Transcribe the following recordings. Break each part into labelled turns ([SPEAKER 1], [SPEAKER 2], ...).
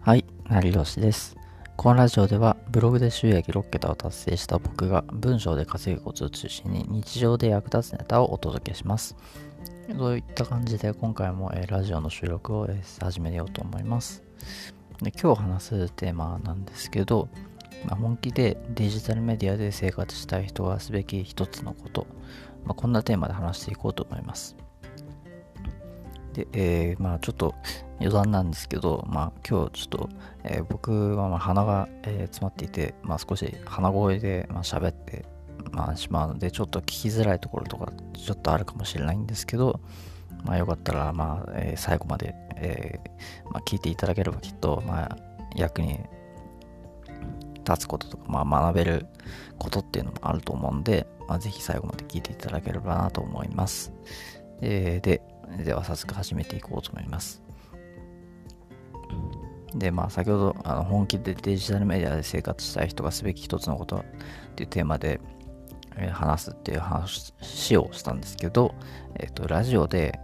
[SPEAKER 1] はい、成吉です。このラジオではブログで収益6桁を達成した僕が文章で稼ぐコツを中心に日常で役立つネタをお届けします。そういった感じで今回もラジオの収録を始めようと思います。で、今日話すテーマなんですけど、本気でデジタルメディアで生活したい人がすべき一つのこと、こんなテーマで話していこうと思います。で、ちょっと余談なんですけど、今日ちょっと、僕は鼻が、詰まっていて、少し鼻声で喋って、しまうので、ちょっと聞きづらいところとかちょっとあるかもしれないんですけど、よかったら、最後まで、聞いていただければきっと、役に立つこととか、学べることっていうのもあると思うんで、ぜひ最後まで聞いていただければなと思います。では早速始めていこうと思います。で、先ほど本気でデジタルメディアで生活したい人がすべき一つのことっていうテーマで、話すっていう話をしたんですけど、ラジオで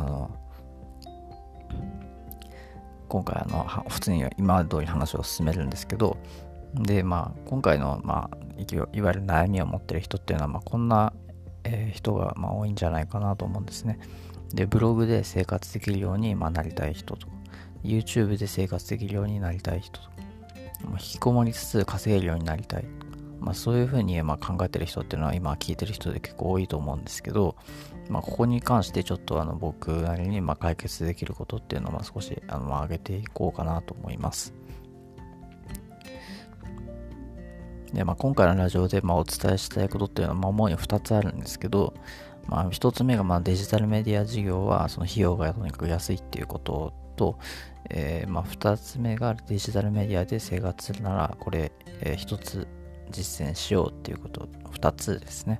[SPEAKER 1] 今回普通に今通り話を進めるんですけど、で今回のいわゆる悩みを持ってる人っていうのはこんな、人が多いんじゃないかなと思うんですね。で、ブログで生活できるようになりたい人とか、YouTube で生活できるようになりたい人とか、引きこもりつつ稼げるようになりたい、そういうふうに考えてる人っていうのは今聞いてる人で結構多いと思うんですけど、ここに関してちょっと僕なりに解決できることっていうのを少し挙げていこうかなと思います。で、今回のラジオでお伝えしたいことっていうのは主に2つあるんですけど、1つ目がデジタルメディア事業はその費用がとにかく安いっていうことと、2つ目がデジタルメディアで生活するならこれ、1つ実践しようっていうこと、2つですね。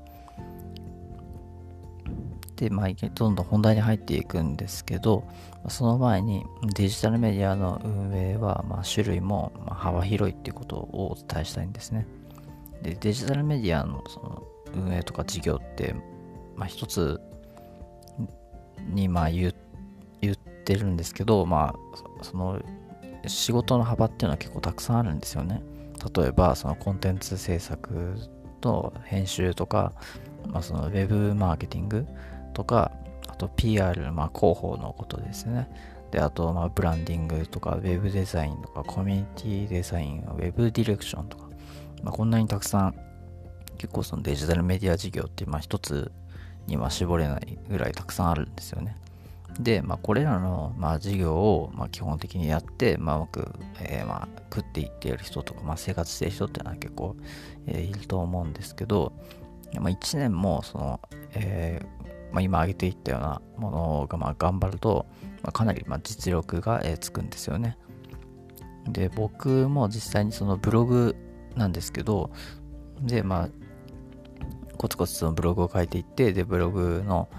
[SPEAKER 1] で、どんどん本題に入っていくんですけど、その前にデジタルメディアの運営は種類も幅広いっていうことをお伝えしたいんですね。で、デジタルメディアのその運営とか事業って一つに言ってるんですけど、その仕事の幅っていうのは結構たくさんあるんですよね。例えばそのコンテンツ制作と編集とか、そのウェブマーケティングとか、あと PR、広報のことですね。で、あとブランディングとかウェブデザインとかコミュニティデザイン、ウェブディレクションとか、こんなにたくさん結構そのデジタルメディア事業って一つに絞れないぐらいたくさんあるんですよね。で、これらの事業を基本的にやってうまく、食っていっている人とか、生活している人っていうのは結構、いると思うんですけど、1年もその、今挙げていったようなものが頑張ると、かなり実力が、つくんですよね。で、僕も実際にそのブログなんですけど、でコツコツそのブログを書いていって、でブログの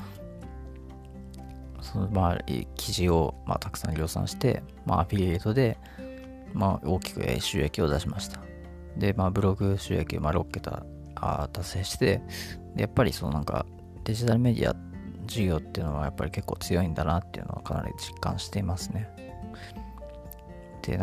[SPEAKER 1] その記事をたくさん量産して、アフィリエイトで大きく収益を出しました。で、ブログ収益6桁達成して、でやっぱりそのデジタルメディア事業っていうのはやっぱり結構強いんだなっていうのはかなり実感していますね。で、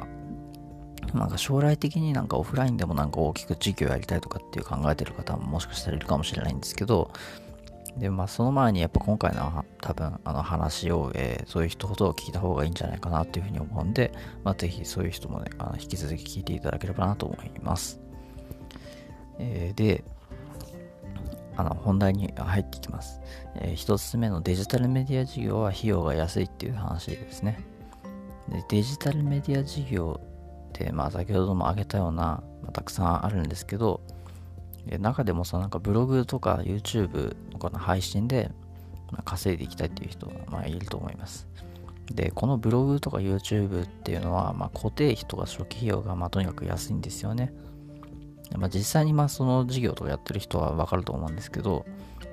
[SPEAKER 1] 将来的にオフラインでも大きく事業やりたいとかっていう考えてる方ももしかしたらいるかもしれないんですけど、でその前にやっぱ今回の多分話を、そういう人ほど聞いた方がいいんじゃないかなっていうふうに思うんで、ぜひそういう人もね引き続き聞いていただければなと思います。で、本題に入っていきます。一つ目のデジタルメディア事業は費用が安いっていう話ですね。で、デジタルメディア事業って先ほども挙げたような、たくさんあるんですけど、中でもブログとか YouTube とかの配信で稼いでいきたいっていう人がいると思います。で、このブログとか YouTube っていうのは固定費とか初期費用がとにかく安いんですよね。実際にその事業とかやってる人は分かると思うんですけど、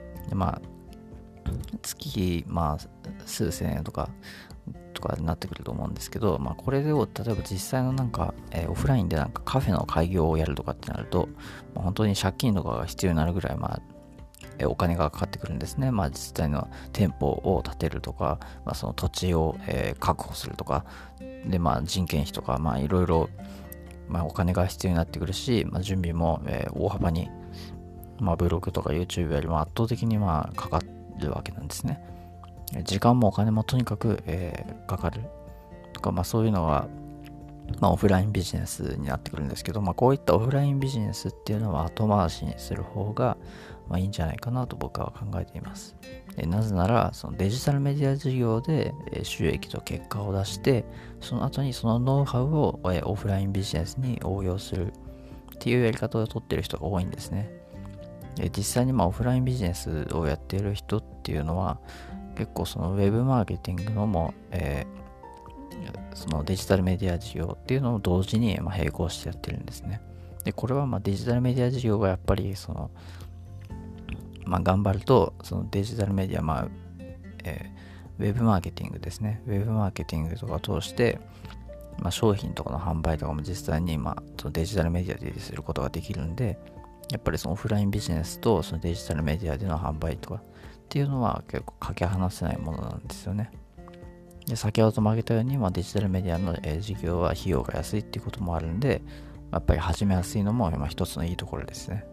[SPEAKER 1] 月数千円とかになってくると思うんですけど、これを例えば実際のオフラインでカフェの開業をやるとかってなると、本当に借金とかが必要になるぐらいお金がかかってくるんですね。実際の店舗を建てるとか、その土地を、確保するとかで、人件費とか、いろいろ、お金が必要になってくるし、準備も、大幅に、ブログとか YouTube よりも圧倒的にかかるわけなんですね。時間もお金もとにかく、かかるとか、そういうのが、オフラインビジネスになってくるんですけど、こういったオフラインビジネスっていうのは後回しにする方が、いいんじゃないかなと僕は考えています。なぜなら、そのデジタルメディア事業で収益と結果を出して、その後にそのノウハウをオフラインビジネスに応用するっていうやり方をとっている人が多いんですね。実際にオフラインビジネスをやっている人っていうのは、結構そのウェブマーケティングのも、そのデジタルメディア事業っていうのを同時に並行してやってるんですね。で、これはデジタルメディア事業がやっぱりその、頑張ると、そのデジタルメディア、ウェブマーケティングですね。ウェブマーケティングとかを通して、商品とかの販売とかも実際にそのデジタルメディアですることができるんで、やっぱりそのオフラインビジネスとそのデジタルメディアでの販売とかっていうのは結構かけ離せないものなんですよね。で、先ほども挙げたように、デジタルメディアの、事業は費用が安いっていうこともあるんで、やっぱり始めやすいのも一つのいいところですね。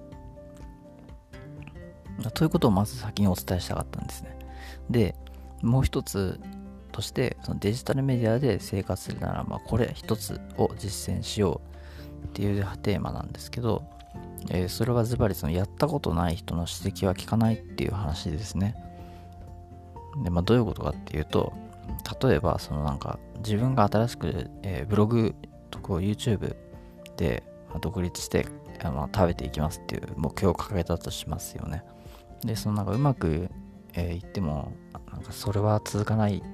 [SPEAKER 1] ということをまず先にお伝えしたかったんですね。で、もう一つとして、そのデジタルメディアで生活するなら、これ一つを実践しようっていうテーマなんですけど、それはズバリそのやったことない人の指摘は聞かないっていう話ですね。で、どういうことかっていうと、例えばその自分が新しく、ブログとか YouTube で独立して食べていきますっていう目標を掲げたとしますよね。で、そのうまく、いってもそれは続かないって、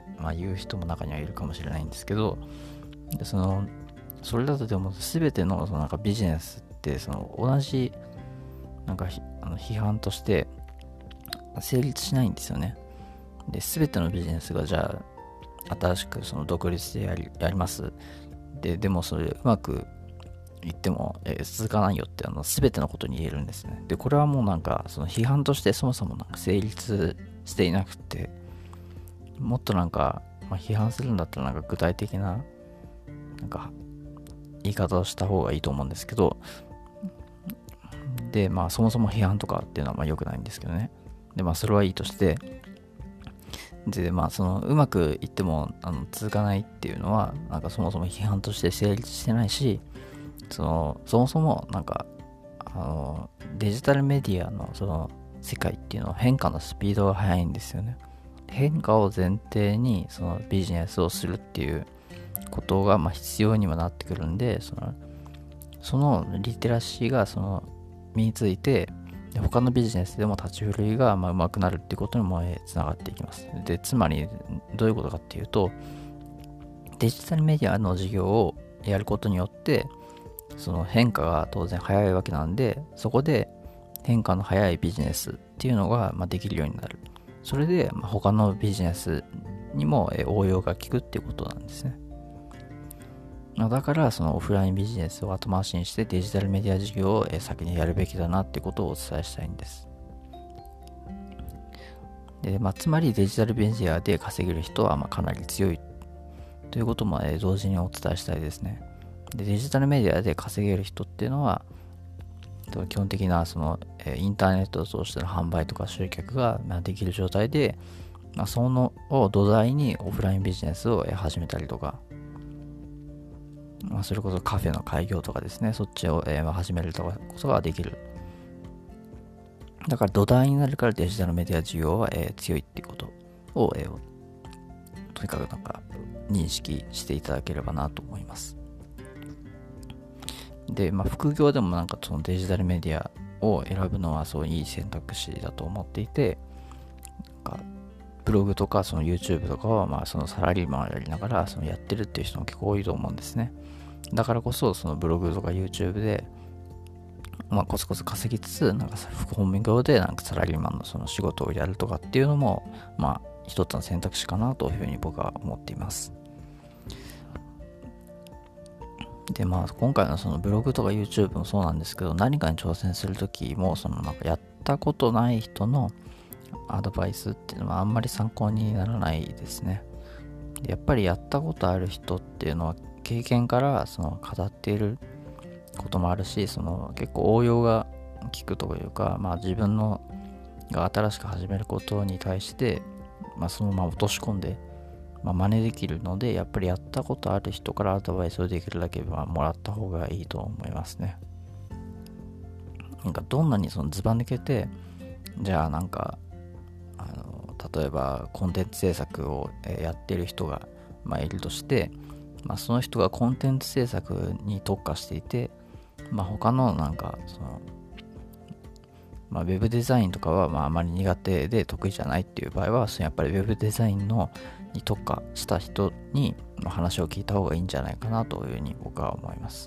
[SPEAKER 1] 言う人も中にはいるかもしれないんですけど、でそれだとでも全てのビジネスってその同じ批判として成立しないんですよね。で、全てのビジネスがじゃあ新しくその独立でやりますでもそれうまくいっても、続かないよって全てのことに言えるんですね。で、これはもうその批判としてそもそも成立していなくて、もっと批判するんだったら具体的な言い方をした方がいいと思うんですけど、で、そもそも批判とかっていうのは良くないんですけどね。で、それはいいとして、で、そのうまくいっても続かないっていうのはそもそも批判として成立してないし、そもそもデジタルメディアのその世界っていうのは変化のスピードが速いんですよね。変化を前提にそのビジネスをするっていうことが必要にもなってくるんで、そのリテラシーが身について、他のビジネスでも立ち振るいが上手くなるっていうことにもつながっていきます。で、つまりどういうことかっていうと、デジタルメディアの事業をやることによってその変化が当然早いわけなんで、そこで変化の早いビジネスっていうのができるようになる。それで他のビジネスにも応用が効くっていうことなんですね。だからそのオフラインビジネスを後回しにしてデジタルメディア事業を先にやるべきだなってことをお伝えしたいんです。で、つまりデジタルメディアで稼げる人はかなり強いということも同時にお伝えしたいですね。で、デジタルメディアで稼げる人っていうのは基本的なそのインターネットを通しての販売とか集客ができる状態で、そのを土台にオフラインビジネスを始めたりとか、それこそカフェの開業とかですね、そっちを始めることができる。だから土台になるからデジタルメディア事業は強いっていうことをとにかく認識していただければなと思います。で、副業でもそのデジタルメディアを選ぶのはそういい選択肢だと思っていて、ブログとかその YouTube とかはそのサラリーマンをやりながらそのやってるっていう人も結構多いと思うんですね。だからこそそのブログとか YouTube でコツコツ稼ぎつつ本業でサラリーマンのその仕事をやるとかっていうのも一つの選択肢かなというふうに僕は思っています。で、今回のそのブログとか YouTube もそうなんですけど、何かに挑戦するときもやっったことない人のアドバイスっていうのはあんまり参考にならないですね。やっぱりやったことある人っていうのは経験から語っていることもあるし、結構応用が効くというか、自分のが新しく始めることに対して、そのまま落とし込んで、真似できるので、やっぱりやったことある人からアドバイスをできるだけもらった方がいいと思いますね。どんなにずば抜けて、じゃあ例えばコンテンツ制作をやってる人がいるとして、その人がコンテンツ制作に特化していて、他のウェブデザインとかはあまり苦手で得意じゃないっていう場合は、やっぱりウェブデザインに特化した人に話を聞いた方がいいんじゃないかなというふうに僕は思います。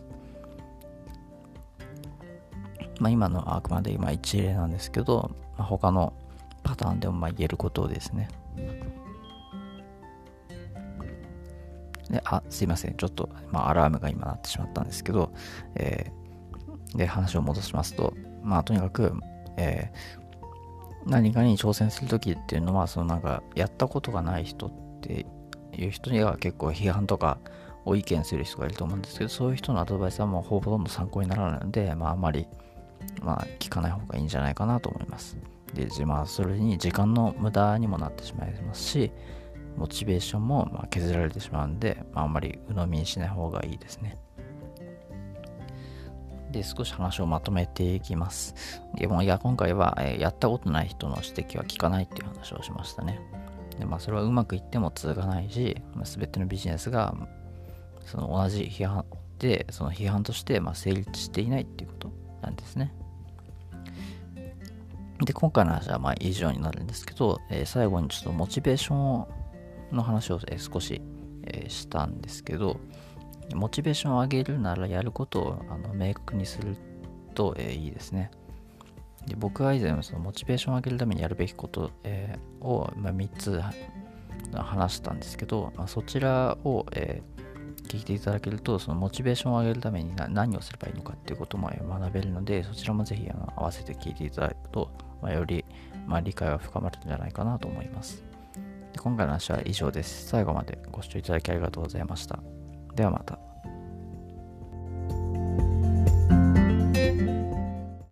[SPEAKER 1] 今のはあくまで一例なんですけど、他のパターンでも言えることですね。すいません。ちょっとアラームが今鳴ってしまったんですけど、で話を戻しますと、とにかく、何かに挑戦するときっていうのは、やったことがない人っていう人には結構批判とかを意見する人がいると思うんですけど、そういう人のアドバイスはもうほとんど参考にならないので、あんまり聞かない方がいいんじゃないかなと思います。で、それに時間の無駄にもなってしまいますし、モチベーションも削られてしまうんで、あんまり鵜呑みにしない方がいいですね。で、少し話をまとめていきます。今回は、やったことない人の指摘は聞かないっていう話をしましたね。で、それはうまくいっても続かないし、全てのビジネスが同じ批判で、その批判として成立していないっていうことなんですね。で、今回の話は以上になるんですけど、最後にちょっとモチベーションの話を、少し、したんですけど、モチベーションを上げるならやることを明確にすると、いいですね。で、僕は以前モチベーションを上げるためにやるべきこと、を、3つ話したんですけど、そちらを、聞いていただけると、そのモチベーションを上げるために何をすればいいのかっていうことも学べるので、そちらもぜひ合わせて聞いていただくと、より理解が深まるんじゃないかなと思います。で、今回の話は以上です。最後までご視聴いただきありがとうございました。ではまた。